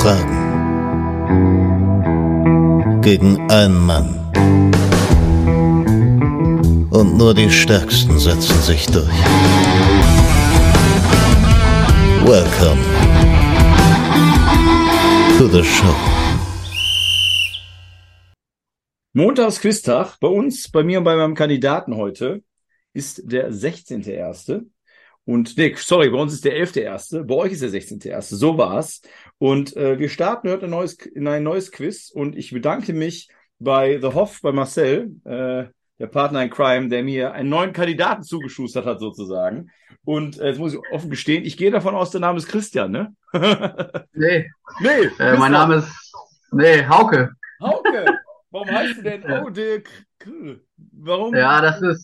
Fragen gegen einen Mann. Und nur die Stärksten setzen sich durch. Welcome to the show. Montagsquiztag. Bei mir und bei meinem Kandidaten heute ist der 16.01. Und bei uns ist der 11.01. Bei euch ist der 16.01. So war's. Und wir starten heute in ein neues Quiz. Und ich bedanke mich bei The Hoff, bei Marcel, der Partner in Crime, der mir einen neuen Kandidaten zugeschustert hat, sozusagen. Und jetzt muss ich offen gestehen, ich gehe davon aus, der Name ist Christian, ne? Nee. Nee. Mein Name ist Hauke. Hauke. Warum heißt du denn? Oh, Dirk. Warum? Ja,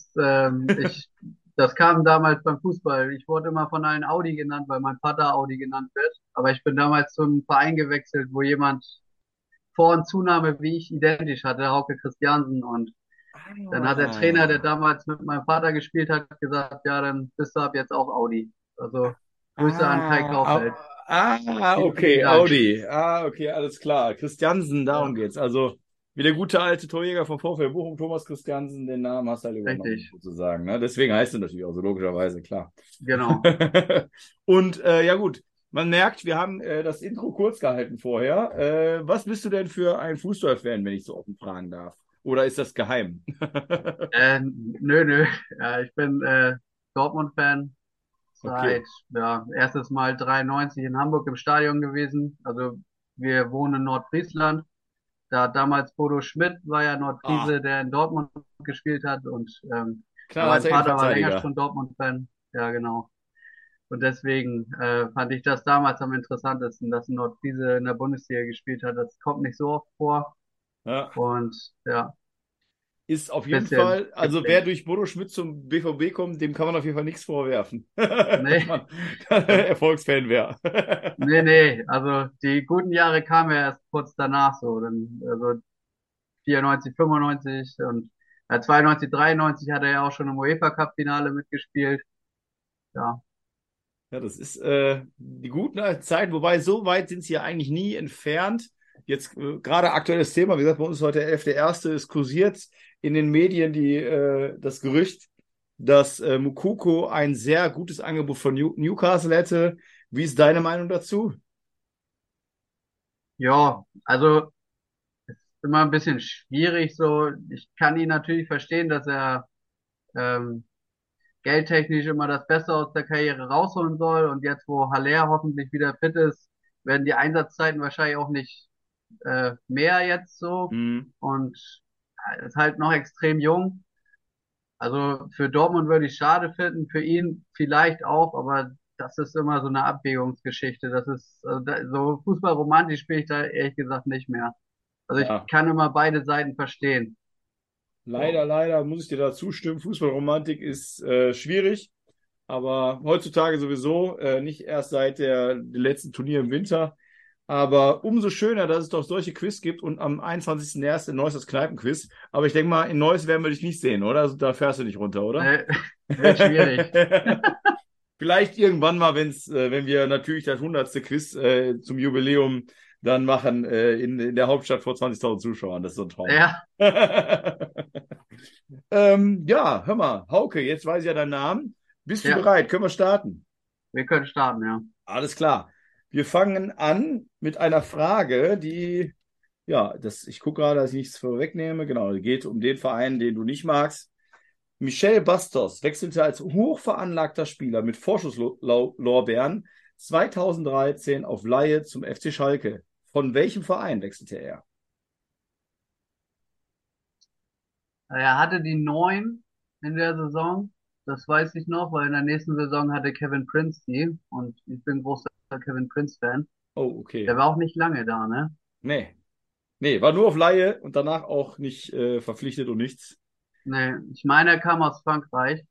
das kam damals beim Fußball. Ich wurde immer von allen Audi genannt, weil mein Vater Audi genannt wird. Aber ich bin damals zu einem Verein gewechselt, wo jemand Vor- und Zunahme wie ich identisch hatte, Hauke Christiansen. Und dann hat der Trainer, der damals mit meinem Vater gespielt hat, gesagt, ja, dann bist du ab jetzt auch Audi. Also Grüße an Kai Kaufeld. Okay, Vielen Dank. Audi. Okay, alles klar. Christiansen, darum geht's. Also wie der gute alte Torjäger vom VfL Bochum, Thomas Christiansen, den Namen hast du halt übernommen, Richtig. sozusagen. Ne? Deswegen heißt er natürlich auch so, logischerweise, klar. Genau. Und ja gut, man merkt, wir haben das Intro kurz gehalten vorher. Was bist du denn für ein Fußballfan, wenn ich so offen fragen darf? Oder ist das geheim? Nö. Ja, ich bin Dortmund-Fan. Okay. Erstes Mal 93 in Hamburg im Stadion gewesen. Also wir wohnen in Nordfriesland. Da hat damals Bodo Schmidt, war ja Nordfriese, der in Dortmund gespielt hat. Und mein Vater war länger schon Dortmund-Fan. Ja, genau. Und deswegen fand ich das damals am interessantesten, dass ein Nordfriese in der Bundesliga gespielt hat. Das kommt nicht so oft vor. Ja. Und ja. Ist auf jeden Fall, also wer durch Bodo Schmidt zum BVB kommt, dem kann man auf jeden Fall nichts vorwerfen. Nee. Dass man Erfolgsfan wäre. Nee. Also die guten Jahre kamen ja erst kurz danach so. Also 94, 95 und 92, 93 hat er ja auch schon im UEFA Cup Finale mitgespielt. Ja. Ja, das ist die guten alten Zeiten, wobei so weit sind sie ja eigentlich nie entfernt. Jetzt gerade aktuelles Thema, wie gesagt, bei uns ist heute der 11.01. Es kursiert in den Medien das Gerücht, dass Moukoko ein sehr gutes Angebot von Newcastle hätte. Wie ist deine Meinung dazu? Ja, also es ist immer ein bisschen schwierig so. Ich kann ihn natürlich verstehen, dass er geldtechnisch immer das Beste aus der Karriere rausholen soll. Und jetzt, wo Haller hoffentlich wieder fit ist, werden die Einsatzzeiten wahrscheinlich auch nicht mehr jetzt so. Und ist halt noch extrem jung. Also für Dortmund würde ich schade finden, für ihn vielleicht auch, aber das ist immer so eine Abwägungsgeschichte. So fußballromantisch spiele ich da ehrlich gesagt nicht mehr. Also Ja. ich kann immer beide Seiten verstehen. Leider muss ich dir da zustimmen. Fußballromantik ist schwierig, aber heutzutage sowieso, nicht erst seit dem letzten Turnier im Winter. Aber umso schöner, dass es doch solche Quiz gibt und am 21.01. in Neuss das Kneipenquiz. Aber ich denke mal, in Neuss werden wir dich nicht sehen, oder? Also, da fährst du nicht runter, oder? Wird schwierig. Vielleicht irgendwann mal, wenn wir natürlich das 100. Quiz zum Jubiläum dann machen in der Hauptstadt vor 20.000 Zuschauern. Das ist so ein Traum. Ja. Ja, hör mal, Hauke, jetzt weiß ich ja deinen Namen. Bist du Ja. bereit? Können wir starten? Wir können starten, ja. Alles klar. Wir fangen an mit einer Frage, die, ich gucke gerade, dass ich nichts vorwegnehme. Genau, es geht um den Verein, den du nicht magst. Michel Bastos wechselte als hochveranlagter Spieler mit Vorschusslorbeeren 2013 auf Leihe zum FC Schalke. Von welchem Verein wechselte er? Er hatte die 9 in der Saison. Das weiß ich noch, weil in der nächsten Saison hatte Kevin Prince die. Und ich bin großer Kevin Prince-Fan. Oh, okay. Der war auch nicht lange da, ne? Nee, war nur auf Leihe und danach auch nicht verpflichtet und nichts. Nee, ich meine, er kam aus Frankreich.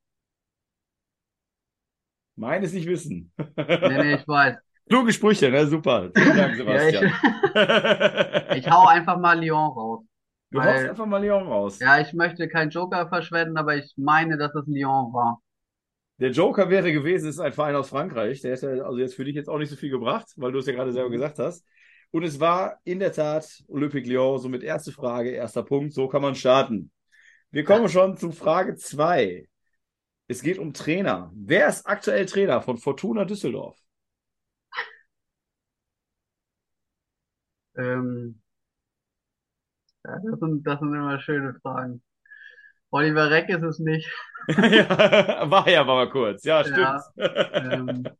Meines nicht wissen. Nee, ich weiß. Kluge Sprüche, ne? Super. Vielen Dank, Sebastian. Ich hau einfach mal Lyon raus. Du haust einfach mal Lyon raus. Ja, ich möchte keinen Joker verschwenden, aber ich meine, dass es Lyon war. Der Joker wäre gewesen, ist ein Verein aus Frankreich. Der hätte also jetzt für dich jetzt auch nicht so viel gebracht, weil du es ja gerade selber gesagt hast. Und es war in der Tat Olympique Lyon, somit erste Frage, erster Punkt, so kann man starten. Wir kommen schon zu Frage 2. Es geht um Trainer. Wer ist aktuell Trainer von Fortuna Düsseldorf? Ähm, ja, das sind immer schöne Fragen. Oliver Reck ist es nicht. Ja, war ja mal kurz. Ja, stimmt. Ja, ähm,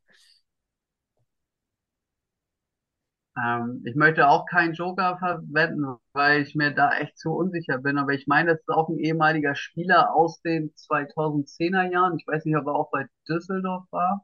ich möchte auch keinen Joker verwenden, weil ich mir da echt zu unsicher bin. Aber ich meine, das ist auch ein ehemaliger Spieler aus den 2010er Jahren. Ich weiß nicht, ob er auch bei Düsseldorf war.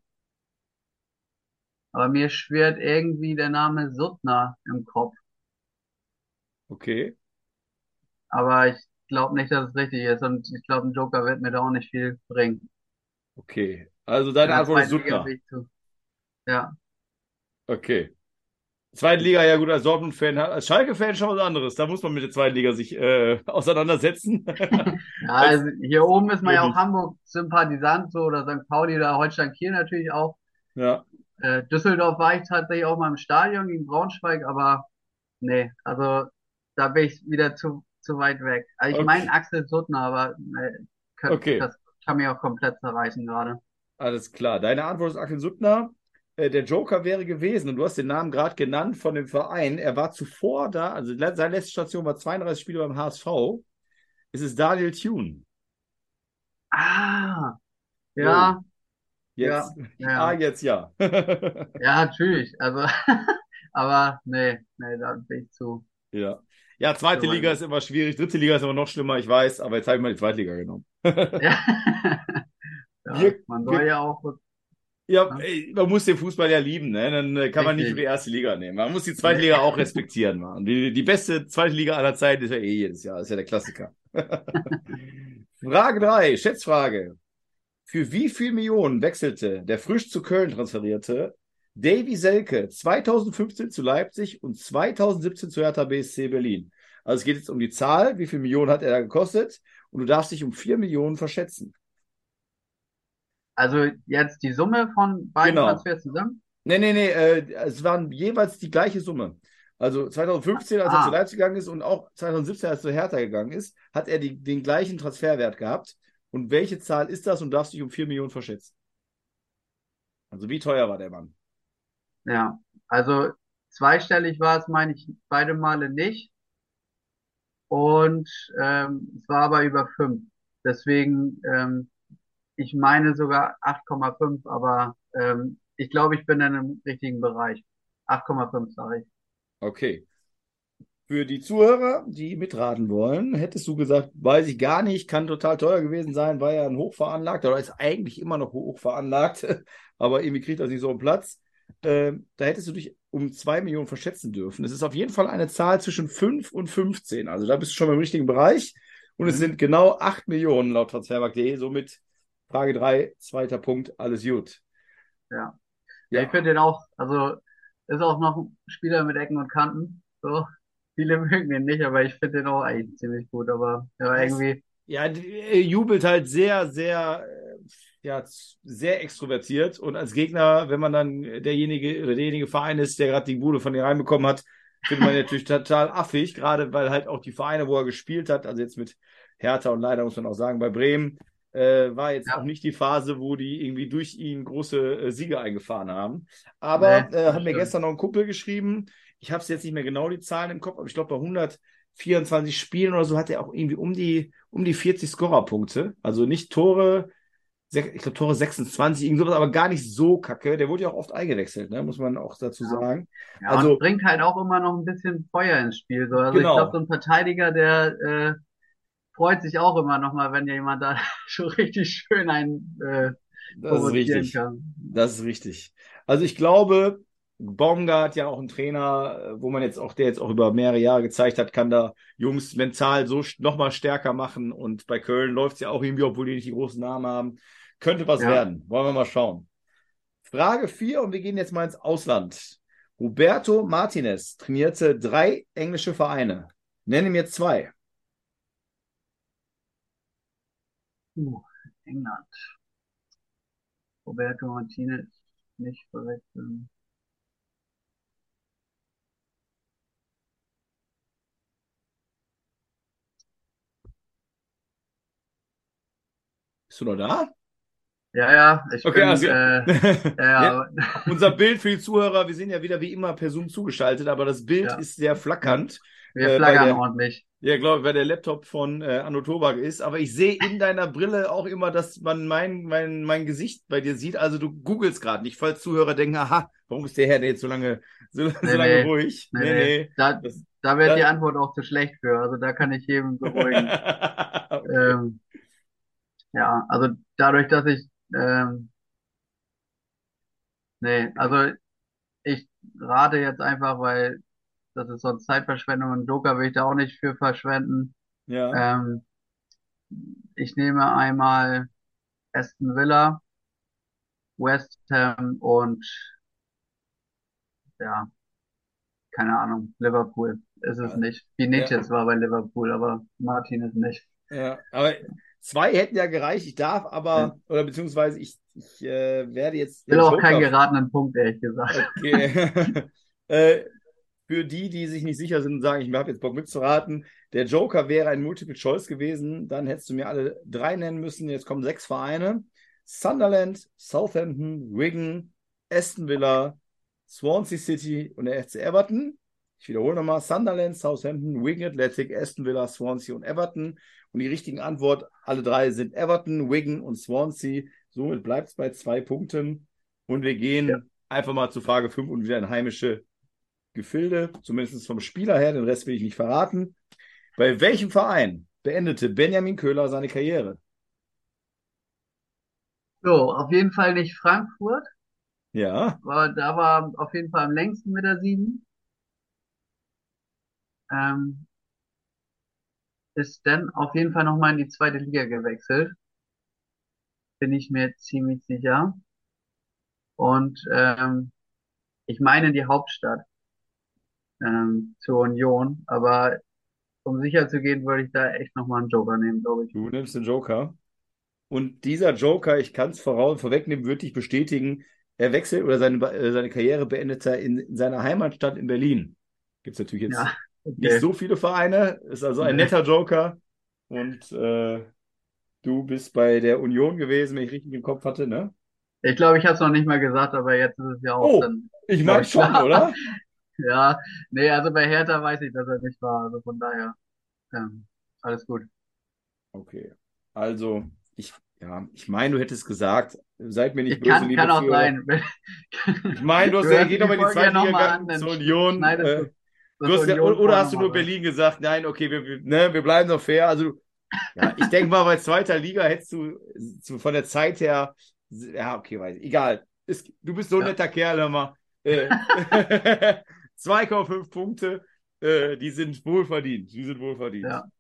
Aber mir schwirrt irgendwie der Name Suttner im Kopf. Okay, Aber ich glaube nicht, dass es richtig ist. Und ich glaube, ein Joker wird mir da auch nicht viel bringen. okay. Also In deine der Antwort ist zweiten Liga Suttner. bin ich zu. Ja. Okay. Zweite Liga, ja gut, als Dortmund-Fan, als Schalke-Fan schon was anderes. Da muss man mit der zweiten Liga sich auseinandersetzen. Ja, Als also hier oben ist man ja auch König. Hamburg-Sympathisant, so, oder St. Pauli oder Holstein Kiel natürlich auch. Ja, Düsseldorf war ich tatsächlich auch mal im Stadion gegen Braunschweig, aber nee, also da bin ich wieder zu weit weg. Also ich meine okay, Axel Suttner, aber okay. das kann mich auch komplett zerreißen gerade. Alles klar. Deine Antwort ist Axel Suttner. Der Joker wäre gewesen, und du hast den Namen gerade genannt von dem Verein. Er war zuvor da, also seine letzte Station war 32 Spiele beim HSV. Es ist Daniel Thune. Ah, Jo, ja, ja, jetzt, ah, ja, jetzt ja. ja, natürlich. Also, aber nee, da bin ich Ja. Ja, zweite zu weit Liga weg. ist immer schwierig, dritte Liga ist immer noch schlimmer, ich weiß, aber jetzt habe ich mal die zweite Liga genommen. Ja, ja, Wir, man soll wir, ja auch, ja, ne? ey, man muss den Fußball ja lieben, ne? Dann kann man nicht nur die Richtig. erste Liga nehmen. Man muss die zweite Nee. Liga auch respektieren, Mann. Die beste zweite Liga aller Zeiten ist ja eh jedes Jahr, ist ja der Klassiker. Frage 3, Schätzfrage. Für wie viel Millionen wechselte der frisch zu Köln transferierte Davy Selke 2015 zu Leipzig und 2017 zu Hertha BSC Berlin? Also es geht jetzt um die Zahl, wie viel Millionen hat er da gekostet, und du darfst dich um 4 Millionen verschätzen. Also jetzt die Summe von beiden Genau. Transfers zusammen? Nee, es waren jeweils die gleiche Summe. Also 2015, als er zu Ah, Leipzig gegangen ist, und auch 2017, als er zu Hertha gegangen ist, hat er den gleichen Transferwert gehabt. Und welche Zahl ist das, und darfst dich um 4 Millionen verschätzen? Also wie teuer war der Mann? ja. Also zweistellig war es, meine ich, beide Male nicht. Und es war aber über 5. Deswegen, ich meine sogar 8,5, aber ich glaube, ich bin in einem richtigen Bereich. 8,5 sage ich. Okay. Für die Zuhörer, die mitraten wollen, hättest du gesagt, weiß ich gar nicht, kann total teuer gewesen sein, war ja ein hochveranlagter oder ist eigentlich immer noch hochveranlagt, aber irgendwie kriegt er nicht so einen Platz. Da hättest du dich um 2 Millionen verschätzen dürfen. Es ist auf jeden Fall eine Zahl zwischen 5 und 15. Also da bist du schon im richtigen Bereich. Und es Mhm. sind genau 8 Millionen laut Transfermarkt.de. Somit Frage 3, zweiter Punkt, alles gut. Ja. Ja, ich Ja, finde den auch, also ist auch noch ein Spieler mit Ecken und Kanten. So. Viele mögen den nicht, aber ich finde den auch eigentlich ziemlich gut. Aber ja, er ist, irgendwie, ja, er jubelt halt sehr, sehr, ja, sehr extrovertiert. Und als Gegner, wenn man dann derjenige oder derjenige Verein ist, der gerade die Bude von dir reinbekommen hat, findet man ihn natürlich total affig, gerade weil halt auch die Vereine, wo er gespielt hat, also jetzt mit Hertha und leider muss man auch sagen, bei Bremen, war jetzt auch ja, nicht die Phase, wo die irgendwie durch ihn große Siege eingefahren haben. nee, Aber das hat mir stimmt. gestern noch ein Kumpel geschrieben, ich habe jetzt nicht mehr genau die Zahlen im Kopf, aber ich glaube bei 124 Spielen oder so hat er auch irgendwie um die 40 Scorerpunkte. Also nicht Tore, ich glaube Tore 26, irgend sowas, aber gar nicht so kacke. Der wurde ja auch oft eingewechselt, ne? Muss man auch dazu Ja. sagen. Ja, und Also, bringt halt auch immer noch ein bisschen Feuer ins Spiel. So. Also ich glaube, so genau, ein Verteidiger, der freut sich auch immer noch mal, wenn jemand da schon richtig schön einen das ist provozieren richtig. kann. Das ist richtig. Also ich glaube, Baumgart, ja auch ein Trainer, wo man jetzt auch, der jetzt auch über mehrere Jahre gezeigt hat, kann da Jungs mental so nochmal stärker machen. Und bei Köln läuft es ja auch irgendwie, obwohl die nicht die großen Namen haben. Könnte was Ja, werden. Wollen wir mal schauen. Frage 4, und wir gehen jetzt mal ins Ausland. Roberto Martinez trainierte 3 englische Vereine. Nenne mir 2. uh, England. Roberto Martinez, nicht verwechseln. Bist du noch da? Ja, ja, ich Okay, bin, also ja, ja, unser Bild für die Zuhörer, wir sind ja wieder wie immer per Zoom zugeschaltet, aber das Bild ja, ist sehr wir, flackernd, wir weil flaggern der, ordentlich. ja, glaube ich, weil der Laptop von Anno Tobak ist. Aber ich sehe in deiner Brille auch immer, dass man mein Gesicht bei dir sieht. Also du googelst gerade nicht, falls Zuhörer denken, aha, warum ist der Herr denn jetzt so Nee, lange nee, ruhig? nee, Nee, nee. nee. Das, Da wird die das, Antwort auch zu schlecht für. Also da kann ich jedem beruhigen. okay. Ähm, ja, also dadurch, dass ich, nee, also ich rate jetzt einfach, weil das ist sonst Zeitverschwendung und Joker will ich da auch nicht für verschwenden. Ja. Ähm, ich nehme einmal Aston Villa, West Ham und ja, keine Ahnung, Liverpool ist es Ja. nicht. Ja. Benitez war bei Liverpool, aber Martin ist nicht. Ja, aber zwei hätten ja gereicht. Ich darf Ja. aber, oder beziehungsweise ich werde jetzt Will den auch keinen Joker. geratenen Punkt, ehrlich gesagt. Okay. äh, für die, die sich nicht sicher sind und sagen, ich habe jetzt Bock mitzuraten, der Joker wäre ein Multiple Choice gewesen. Dann hättest du mir alle drei nennen müssen. Jetzt kommen sechs Vereine: Sunderland, Southampton, Wigan, Aston Villa, Swansea City und der FC Everton. Ich wiederhole nochmal: Sunderland, Southampton, Wigan Athletic, Aston Villa, Swansea und Everton. Und die richtigen Antwort, alle drei sind Everton, Wigan und Swansea. Somit bleibt es bei 2 Punkten. Und wir Ja. gehen einfach mal zu Frage 5 und wieder in heimische Gefilde, zumindest vom Spieler her, den Rest will ich nicht verraten. Bei welchem Verein beendete Benjamin Köhler seine Karriere? So, auf jeden Fall nicht Frankfurt, Ja, da war auf jeden Fall am längsten mit der 7. Ähm, ist dann auf jeden Fall nochmal in die zweite Liga gewechselt, bin ich mir ziemlich sicher. Und ich meine die Hauptstadt, zur Union, aber um sicher zu gehen, würde ich da echt nochmal einen Joker nehmen, glaube ich. du nimmst den Joker. Und dieser Joker, ich kann es vorwegnehmen, würde ich bestätigen, er wechselt oder seine Karriere beendet er in seiner Heimatstadt in Berlin. Gibt es natürlich jetzt Ja, nicht okay. so viele Vereine, ist also ein Nee. netter Joker. Und du bist bei der Union gewesen, wenn ich richtig im Kopf hatte, ne? Ich glaube, ich habe es noch nicht mal gesagt, aber jetzt ist es ja auch Oh, dann, ich glaube meine ich, schon, klar. oder? Ja, nee, also bei Hertha weiß ich, dass er nicht war. Also von daher, alles gut. Okay. Also, ich meine, du hättest gesagt, seid mir nicht Ich böse, liebe kann auch Zuhörer. sein. Ich meine, du hast Du ja, hörst geh dir doch die mal in die Folge ja zweite Liga nochmal an, gegangen dann zur Union. schneidest du Du das hast ja, Union oder vor hast du nochmal nur raus. Berlin gesagt? Nein, okay, wir bleiben noch fair. Also, ja, ich denke mal, bei zweiter Liga hättest du von der Zeit her, ja, okay, weiß ich, egal. Du bist so ein Ja, netter Kerl, hör mal. 2,5 Punkte, die sind wohlverdient. Die sind wohlverdient. ja.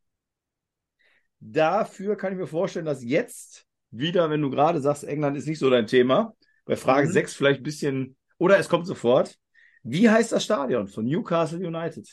Dafür kann ich mir vorstellen, dass jetzt wieder, wenn du gerade sagst, England ist nicht so dein Thema, bei Frage Mhm. 6 vielleicht ein bisschen, oder es kommt sofort. Wie heißt das Stadion von Newcastle United?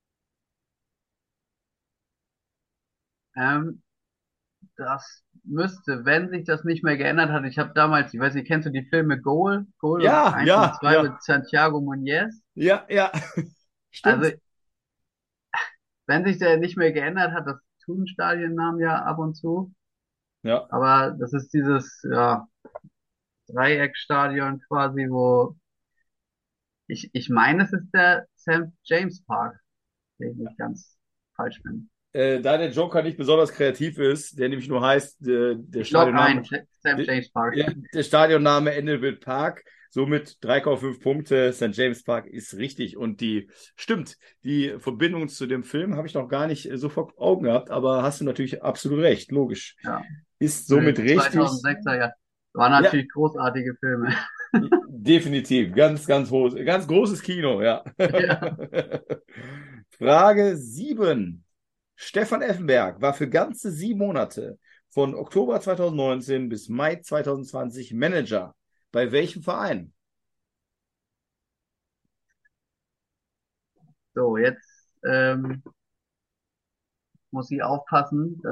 Ähm, das müsste, wenn sich das nicht mehr geändert hat, ich habe damals, ich weiß nicht, kennst du die Filme Goal? Goal Ja, 1 und ja, 2 ja, mit Santiago Muñez? ja, ja. Also, Stimmt. wenn sich der nicht mehr geändert hat, das tun Stadionnamen ja ab und zu, Ja. aber das ist dieses, ja, Dreieckstadion quasi, wo ich meine, es ist der St. James Park, wenn ich nicht ganz falsch bin. Da der Joker nicht besonders kreativ ist, der nämlich nur heißt, der Ich log Stadionname, ein, St. der, James Park. der Stadionname endet mit Park, somit 3,5 Punkte. St. James Park ist richtig und stimmt, die Verbindung zu dem Film habe ich noch gar nicht so vor Augen gehabt, aber hast du natürlich absolut recht, logisch. Ja, Ist zu somit den richtig. 2006er Jahren. Waren Ja, natürlich großartige Filme. definitiv. Ganz, ganz großes Kino, ja. Ja. Frage 7. Stefan Effenberg war für ganze 7 Monate von Oktober 2019 bis Mai 2020 Manager. Bei welchem Verein? So, jetzt muss ich aufpassen.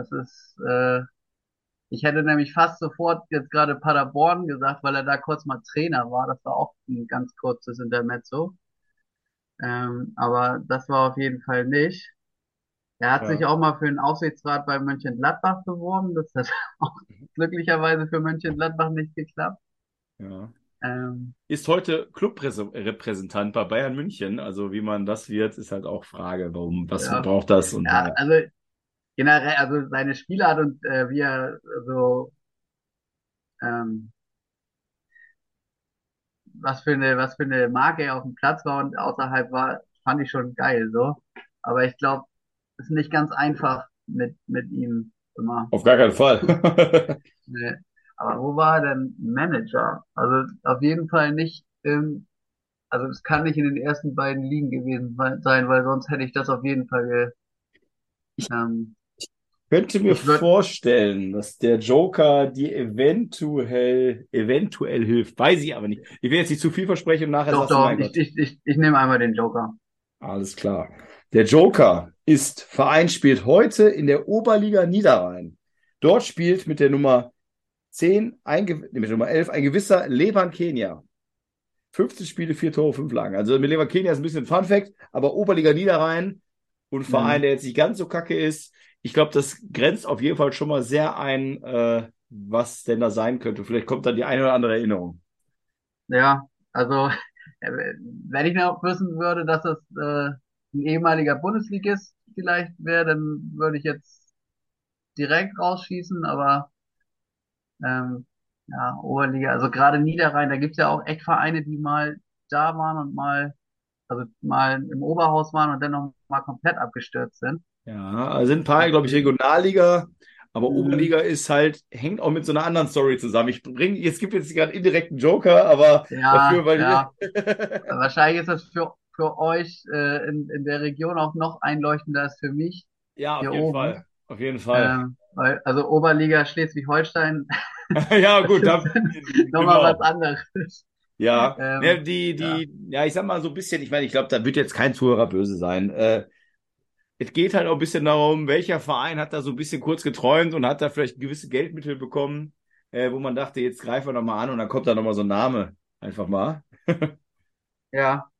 Ich hätte nämlich fast sofort jetzt gerade Paderborn gesagt, weil er da kurz mal Trainer war. Das war auch ein ganz kurzes Intermezzo. Aber das war auf jeden Fall nicht. Er hat sich Ja. auch mal für den Aufsichtsrat bei Mönchengladbach beworben. Das hat auch glücklicherweise für Mönchengladbach nicht geklappt. Ja. Ähm, Ist heute Clubrepräsentant bei Bayern München. Also wie man das wird, ist halt auch Frage, was ja, braucht das und ja, naja. also generell, also seine Spielart und wie er so, ähm, was für eine Marke er auf dem Platz war und außerhalb war, fand ich schon geil, so. Aber ich glaube, es ist nicht ganz einfach mit ihm immer. Auf gar keinen Fall. Nee. Aber wo war er denn Manager? Also auf jeden Fall nicht also es kann nicht in den ersten beiden Ligen gewesen sein, weil sonst hätte ich das auf jeden Fall ähm, Könnte mir ich würde vorstellen, dass der Joker die eventuell hilft. Weiß ich aber nicht. Ich will jetzt nicht zu viel versprechen und nachher doch, sagst du, doch, mein Gott. ich nehme einmal den Joker. Alles klar. Der Joker Verein spielt heute in der Oberliga Niederrhein. Dort spielt mit der Nummer 10, mit der Nummer 11 ein gewisser Levan Kenia. 15 Spiele, 4 Tore, 5 Lagen. Also mit Levan Kenia ist ein bisschen Fun Fact, aber Oberliga Niederrhein und Verein, Mhm. der jetzt nicht ganz so kacke ist, ich glaube, das grenzt auf jeden Fall schon mal sehr ein, was denn da sein könnte. Vielleicht kommt da die eine oder andere Erinnerung. Ja, also wenn ich noch wissen würde, dass es ein ehemaliger Bundesligist vielleicht wäre, dann würde ich jetzt direkt rausschießen, aber ähm, ja, Oberliga, also gerade Niederrhein, da gibt's ja auch echt Vereine, die mal da waren und also mal im Oberhaus waren und dann noch mal komplett abgestürzt sind. Ja, also sind ein paar, glaube ich, Deswegen, Regionalliga, aber mhm. Oberliga ist halt, hängt auch mit so einer anderen Story zusammen. Es gibt jetzt gerade indirekten Joker, aber Ja, dafür, weil ja. Wahrscheinlich ist das für euch in der Region auch noch einleuchtender als für mich ja, auf hier jeden oben. Fall. Auf jeden Fall. Weil, also Oberliga Schleswig-Holstein, Ja, das gut, ist nochmal was genau. anderes. Ja, ne, Ähm, ja, ja, ich sag mal so ein bisschen, ich meine, ich glaube, da wird jetzt kein Zuhörer böse sein. Es geht halt auch ein bisschen darum, welcher Verein hat da so ein bisschen kurz geträumt und hat da vielleicht gewisse Geldmittel bekommen, wo man dachte, jetzt greifen wir nochmal an und dann kommt da nochmal so ein Name. Einfach mal. ja,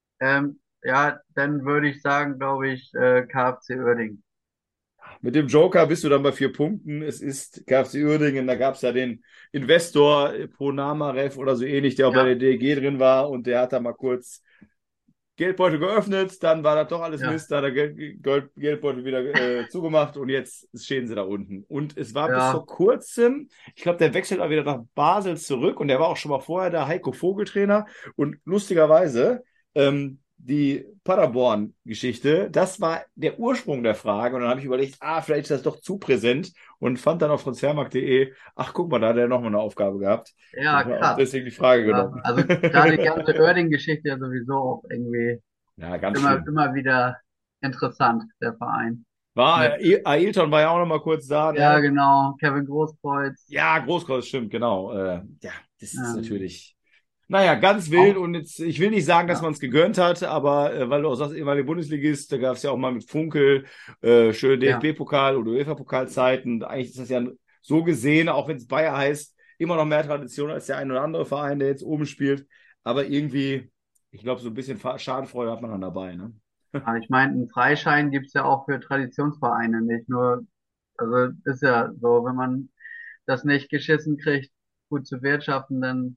ja, dann würde ich sagen, glaube ich, KFC Uerdingen. Mit dem Joker bist du dann bei 4 Punkten. Es ist KFC Uerdingen, da gab es ja den Investor Ponamarev oder so ähnlich, der auch bei der Ja, DEG drin war und der hat da mal kurz Geldbeutel geöffnet, dann war das doch alles ja, Mist, da hat der Geldbeutel wieder zugemacht und jetzt stehen sie da unten. Und es war bis ja, vor kurzem, ich glaube, der wechselt auch wieder nach Basel zurück und der war auch schon mal vorher der Heiko Vogel Trainer. Und lustigerweise, die Paderborn-Geschichte, das war der Ursprung der Frage. Und dann habe ich überlegt, vielleicht ist das doch zu präsent und fand dann auf transfermarkt.de, ach guck mal, da hat er nochmal eine Aufgabe gehabt. ja, Und habe krass. deswegen die Frage Ja, genommen. also da die ganze Oerding-Geschichte ja sowieso auch irgendwie Ja, ganz schlimm. immer wieder interessant, der Verein. Mit, Ailton war ja auch noch mal kurz da, ja, ne? genau, Kevin Großkreuz, Ja, Großkreuz, stimmt, genau. Ja, das ist ähm, natürlich, naja, ganz wild auch, und jetzt, ich will nicht sagen, dass ja, man es gegönnt hat, aber weil du auch sagst, ehemaliger Bundesligist, da gab es ja auch mal mit Funkel schön ja, DFB-Pokal oder UEFA-Pokalzeiten. Eigentlich ist das ja so gesehen, auch wenn es Bayer heißt, immer noch mehr Tradition als der ein oder andere Verein, der jetzt oben spielt. Aber irgendwie, ich glaube, so ein bisschen Schadenfreude hat man dann dabei, ne? aber ich meine, einen Freischein gibt's ja auch für Traditionsvereine, nicht nur, also ist ja so, wenn man das nicht geschissen kriegt, gut zu wirtschaften, dann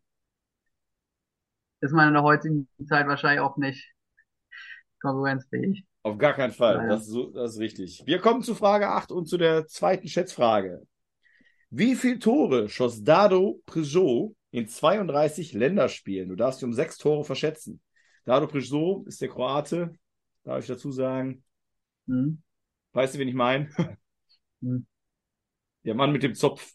ist man in der heutigen Zeit wahrscheinlich auch nicht konkurrenzfähig. Auf gar keinen Fall. Leider. Das ist richtig. Wir kommen zu Frage 8 und zu der zweiten Schätzfrage. Wie viele Tore schoss Dado Peugeot in 32 Länderspielen? Du darfst dich um 6 Tore verschätzen. Dado Peugeot ist der Kroate, darf ich dazu sagen. Hm? Weißt du, wen ich meine? Hm. Der Mann mit dem Zopf.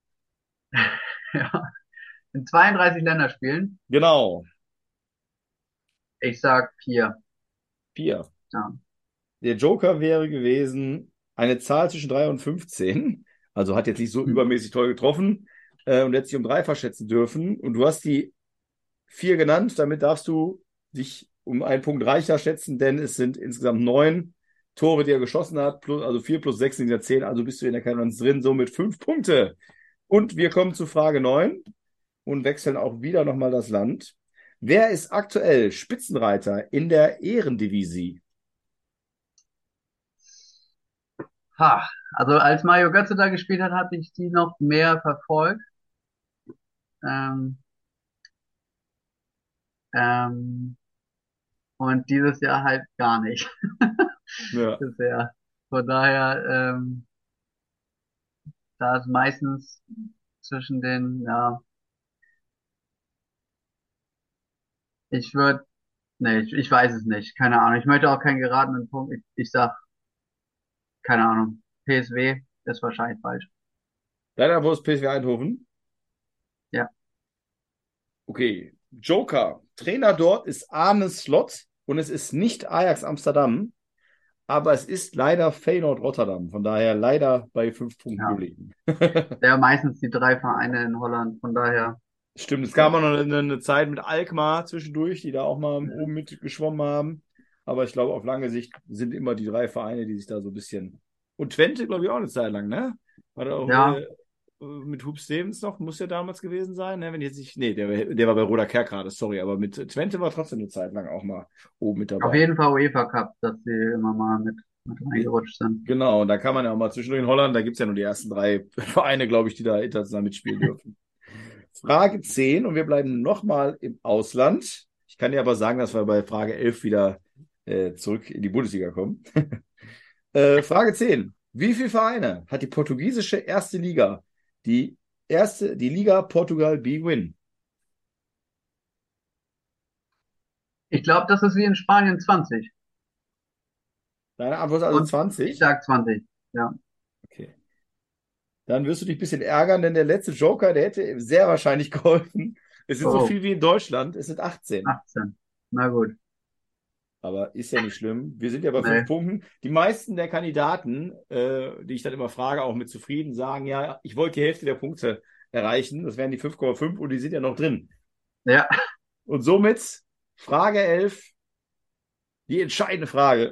Ja. In 32 Länderspielen, Genau. ich sag 4. 4. Ja. Der Joker wäre gewesen eine Zahl zwischen 3 und 15. Also hat jetzt nicht so Hm. übermäßig toll getroffen und hätte sich um 3 verschätzen dürfen. Und du hast die 4 genannt. Damit darfst du dich um einen Punkt reicher schätzen, denn es sind insgesamt 9 Tore, die er geschossen hat. Also 4 plus 6 sind ja 10. Also bist du in der Kanonenz drin, somit 5 Punkte. Und wir kommen zu Frage 9 und wechseln auch wieder nochmal das Land. Wer ist aktuell Spitzenreiter in der Ehrendivisie? Also als Mario Götze da gespielt hat, hatte ich die noch mehr verfolgt. Ähm, ähm, und dieses Jahr halt gar nicht Ja. bisher. Von daher, da ist meistens zwischen den, ja, ich würde, nee, ich weiß es nicht. Keine Ahnung. Ich möchte auch keinen geratenen Punkt. Ich sag, keine Ahnung. PSW ist wahrscheinlich falsch. Deiner Wurst PSV Eindhoven. Ja. Okay. Joker. Trainer dort ist Arne Slot und es ist nicht Ajax Amsterdam, aber es ist leider Feyenoord Rotterdam. Von daher leider bei 5 Punkten Ja. geblieben. Ja, meistens die drei Vereine in Holland. Von daher, Stimmt, es gab ja. auch noch eine Zeit mit Alkmaar zwischendurch, die da auch mal oben mitgeschwommen haben. Aber ich glaube, auf lange Sicht sind immer die 3 Vereine, die sich da so ein bisschen. Und Twente, glaube ich, auch eine Zeit lang, ne? War da auch Ja, mit Hub Stevens noch, muss ja damals gewesen sein, ne? Wenn ich jetzt nicht. Nee, der war bei Roda Kerk gerade, sorry, aber mit Twente war trotzdem eine Zeit lang auch mal oben mit auf dabei. jeden Fall UEFA Cup, dass sie immer mal mit reingerutscht sind. Genau, und da kann man ja auch mal zwischendurch in Holland, da gibt es ja nur die ersten 3 Vereine, glaube ich, die da international mitspielen dürfen. Frage 10 und wir bleiben nochmal im Ausland. Ich kann dir aber sagen, dass wir bei Frage 11 wieder zurück in die Bundesliga kommen. Frage 10. Wie viele Vereine hat die portugiesische erste Liga? Die Liga Portugal B-Win. Ich glaube, das ist wie in Spanien 20. Deine Antwort ist also Und ich 20. sag 20. Ja. Okay. Dann wirst du dich ein bisschen ärgern, denn der letzte Joker, der hätte sehr wahrscheinlich geholfen. Es sind so Oh, viel wie in Deutschland. Es sind 18. 18. Na gut. Aber ist ja nicht schlimm. Wir sind ja bei 5 Nee. Punkten. Die meisten der Kandidaten, die ich dann immer frage, auch mit zufrieden, sagen, ja, ich wollte die Hälfte der Punkte erreichen. Das wären die 5,5 und die sind ja noch drin. Ja. Und somit Frage 11, die entscheidende Frage.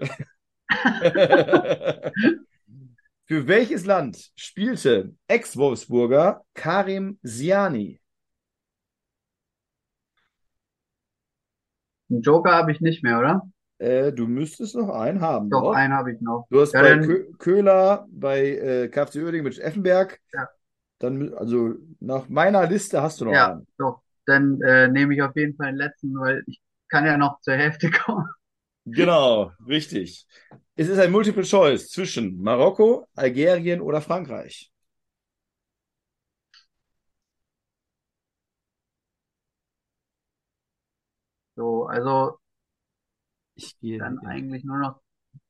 Für welches Land spielte Ex-Wolfsburger Karim Ziani? Einen Joker habe ich nicht mehr, oder? Du müsstest noch einen haben, Doch, doch. einen habe ich noch. Du hast Ja, bei dann, Köhler, bei KFC Uerdingen mit Effenberg. ja, Dann, also nach meiner Liste hast du noch ja, einen. doch. Dann nehme ich auf jeden Fall den letzten, weil ich kann ja noch zur Hälfte kommen. Genau, richtig. Es ist ein Multiple Choice zwischen Marokko, Algerien oder Frankreich. So, also Ich gehe. dann eigentlich nur noch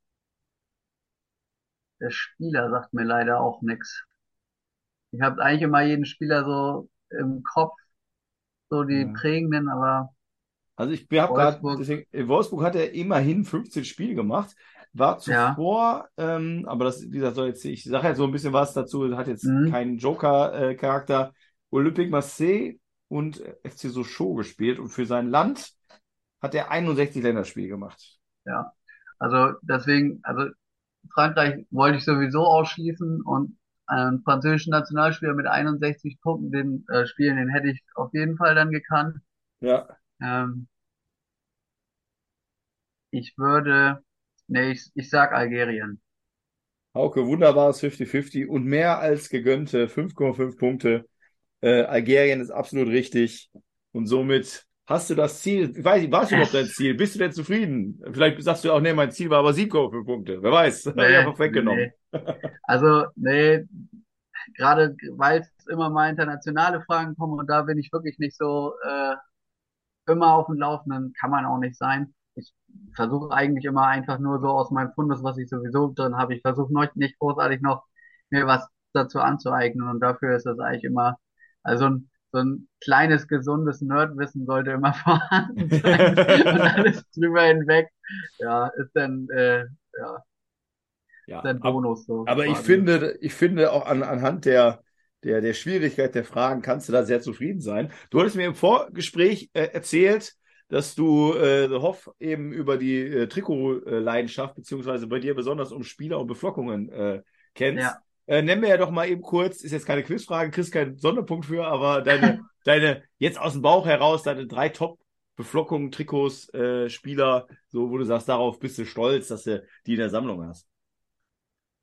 der Spieler sagt mir leider auch nichts. Ich habe eigentlich immer jeden Spieler so im Kopf, so die Ja. prägenden, aber Also ich habe gerade, Wolfsburg, deswegen, in Wolfsburg hat er immerhin 15 Spiele gemacht, war ja, zuvor, aber das, wie gesagt, soll jetzt, ich sage jetzt so ein bisschen was dazu, hat jetzt mhm, keinen Joker-Charakter. Olympique Marseille und FC Sochaux gespielt und für sein Land hat er 61 Länderspiele gemacht. ja. Also deswegen, also Frankreich wollte ich sowieso ausschließen und einen französischen Nationalspieler mit 61 Punkten den spielen, den hätte ich auf jeden Fall dann gekannt. Ja. Ähm, ich würde, nee, ich sag Algerien. Hauke, wunderbares 50-50 und mehr als gegönnte 5,5 Punkte. Algerien ist absolut richtig. Und somit hast du das Ziel. Ich weiß nicht, war es überhaupt dein Yes. Ziel? Bist du denn zufrieden? Vielleicht sagst du auch, nee, mein Ziel war aber 7,5 Punkte. Wer weiß, habe ich Nee, einfach nee, weggenommen. nee. Also, nee, gerade weil es immer mal internationale Fragen kommen und da bin ich wirklich nicht so immer auf dem Laufenden, kann man auch nicht sein. Ich versuche eigentlich immer einfach nur so aus meinem Fundus, was ich sowieso drin habe. Ich versuche nicht großartig noch mir was dazu anzueignen und dafür ist das eigentlich immer, also so ein kleines, gesundes Nerdwissen sollte immer vorhanden sein und alles drüber hinweg, ja, ist dann, ja, ist Ja, dann Bonus so aber quasi. ich finde auch anhand der Schwierigkeit der Fragen kannst du da sehr zufrieden sein. Du hattest mir im Vorgespräch erzählt, dass du Hoff eben über die Trikotleidenschaft, beziehungsweise bei dir besonders um Spieler und Beflockungen kennst. Ja. Nenn mir ja doch mal eben kurz, ist jetzt keine Quizfrage, kriegst keinen Sonderpunkt für, aber deine jetzt aus dem Bauch heraus, deine 3 Top-Beflockungen, Trikots, Spieler, so wo du sagst, darauf bist du stolz, dass du die in der Sammlung hast.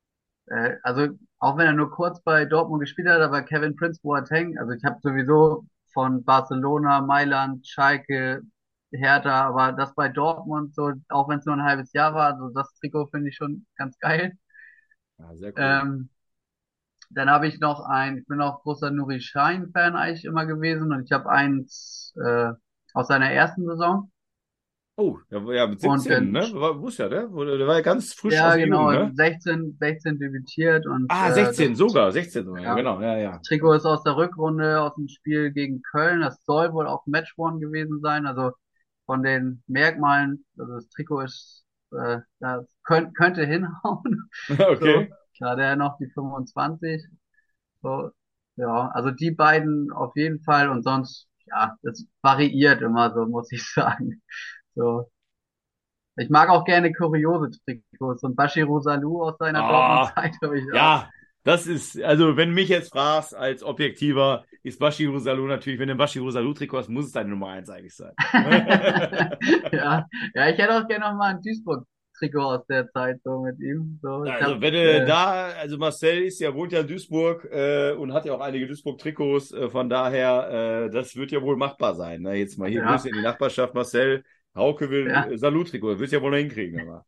also auch wenn er nur kurz bei Dortmund gespielt hat, aber Kevin Prince Boateng, also ich habe sowieso von Barcelona, Mailand, Schalke, Hertha, aber das bei Dortmund, so, auch wenn es nur ein halbes Jahr war, also das Trikot finde ich schon ganz geil. Ja, sehr cool. Ähm, Dann habe ich noch ich bin auch großer Nuri Sahin-Fan eigentlich immer gewesen und ich habe eins aus seiner ersten Saison. Oh, ja, mit Und 17, ne? Wusste ja, ne? Der war ja ganz frisch aus ja, der Jugend, genau, ne? 16 debütiert und Ah, 16 sogar, 16 sogar, ja, ja, genau, ja, das ja. Trikot ist aus der Rückrunde, aus dem Spiel gegen Köln. Das soll wohl auch Match One gewesen sein. Also von den Merkmalen, also das Trikot ist, das könnte hinhauen. So, Okay. da hat er noch die 25. So, ja, also die beiden auf jeden Fall und sonst, ja, das variiert immer so, muss ich sagen. So. Ich mag auch gerne kuriose Trikots. Und Bashiru Salou aus seiner Ah, Dortmund-Zeit habe ich auch. ja, das ist, also wenn du mich jetzt fragst, als Objektiver, ist Bashiru Salou natürlich, wenn du ein Bashiru Salou-Trikot hast, muss es deine Nummer eins eigentlich sein. Ja, ja, ich hätte auch gerne noch mal ein Duisburg-Trikot aus der Zeit so mit ihm. So, ich habe, Also wenn du da, also Marcel wohnt ja in Duisburg und hat ja auch einige Duisburg-Trikots, von daher, das wird ja wohl machbar sein. Ne? Jetzt mal hier ja, Grüße in die Nachbarschaft, Marcel. Hauke will ja. Salou-Trikot, wird ja wohl noch hinkriegen, aber.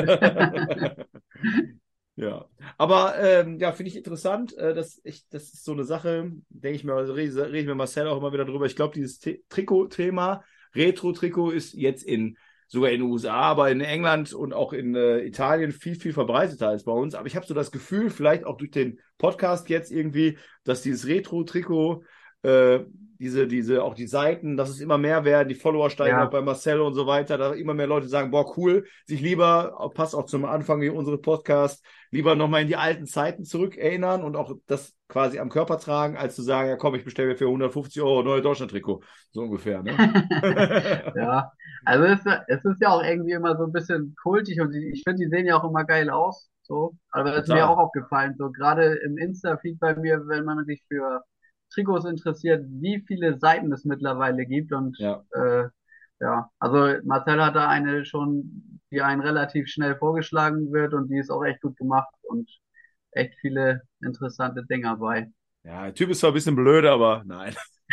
Ja, aber ja, finde ich interessant. Das ist so eine Sache, denke ich mir, also rede ich mit Marcel auch immer wieder drüber. Ich glaube, dieses Trikot-Thema, Retro-Trikot ist jetzt sogar in den USA, aber in England und auch in Italien viel, viel verbreiteter als bei uns. Aber ich habe so das Gefühl, vielleicht auch durch den Podcast jetzt irgendwie, dass dieses Retro-Trikot, äh, auch die Seiten, dass es immer mehr werden, die Follower steigen auch Ja. bei Marcel und so weiter, da immer mehr Leute sagen, boah, cool, sich lieber, passt auch zum Anfang wie unsere Podcast, lieber nochmal in die alten Zeiten zurückerinnern und auch das quasi am Körper tragen, als zu sagen, ja komm, ich bestelle mir für 150 Euro ein neues Deutschland-Trikot. So ungefähr, ne? Ja, also es ist ja auch irgendwie immer so ein bisschen kultig und ich finde, die sehen ja auch immer geil aus. So, aber das ist mir auch Total. aufgefallen. So gerade im Insta-Feed bei mir, wenn man sich für Trikots interessiert, wie viele Seiten es mittlerweile gibt. Und Ja. ja, also Marcel hat da eine schon, die einen relativ schnell vorgeschlagen wird und die ist auch echt gut gemacht und echt viele interessante Dinger bei. Ja, der Typ ist zwar ein bisschen blöd, aber nein.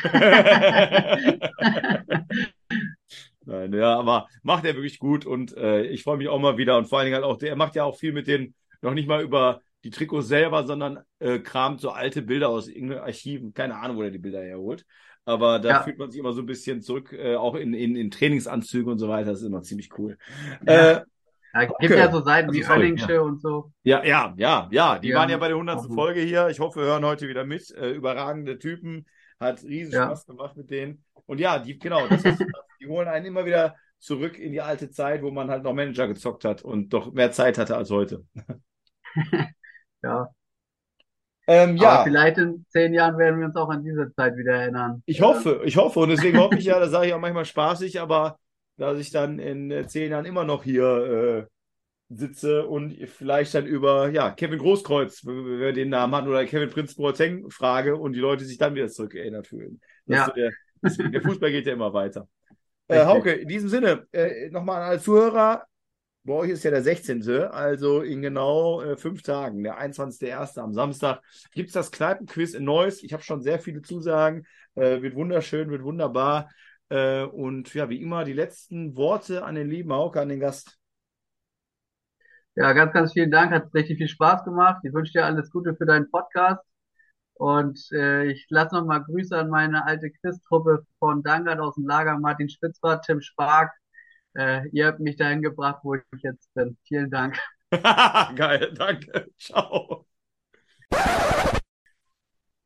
Nein, ja, aber macht er wirklich gut und ich freue mich auch mal wieder und vor allen Dingen halt auch, der macht ja auch viel mit den, noch nicht mal über die Trikots selber, sondern kramt so alte Bilder aus irgendeinen Archiven. Keine Ahnung, wo er die Bilder herholt. Aber da Ja, fühlt man sich immer so ein bisschen zurück, auch in Trainingsanzügen und so weiter. Das ist immer ziemlich cool. ja. Äh, Da gibt ja Hauke, so Seiten also wie sorry, ja. Oenningsche und so. Ja, die Die waren ja bei haben der auch 100. ein, Folge hier. Ich hoffe, wir hören heute wieder mit. Überragende Typen. Hat riesen ja. Spaß gemacht mit denen. Und ja, genau, das hast du gesagt. Die holen einen immer wieder zurück in die alte Zeit, wo man halt noch Manager gezockt hat und doch mehr Zeit hatte als heute. Ja. Aber Ja, vielleicht in 10 Jahren werden wir uns auch an diese Zeit wieder erinnern. ich hoffe. Und deswegen hoffe ich ja, das sage ich auch manchmal spaßig, aber dass ich dann in 10 Jahren immer noch hier sitze und vielleicht dann über ja, Kevin Großkreuz, wenn wir den Namen hatten, oder Kevin Prinz Boateng frage und die Leute sich dann wieder zurückerinnert fühlen. Das ist so Ja, deswegen, der Fußball geht ja immer weiter. richtig. Hauke, in diesem Sinne, nochmal an alle Zuhörer, bei euch ist ja der 16., also in genau 5 Tagen, der 21.01. am Samstag, gibt es das Kneipenquiz in Neuss. Ich habe schon sehr viele Zusagen, wird wunderschön, wird wunderbar. Und ja, wie immer, die letzten Worte an den lieben Hauke, an den Gast. Ja, ganz, ganz vielen Dank. Hat richtig viel Spaß gemacht. Ich wünsche dir alles Gute für deinen Podcast. Und ich lasse noch mal Grüße an meine alte Quiz-Truppe von Dangert aus dem Lager, Martin Spitzbart, Tim Spark. Ihr habt mich dahin gebracht, wo ich jetzt bin. Vielen Dank. Geil, danke. Ciao.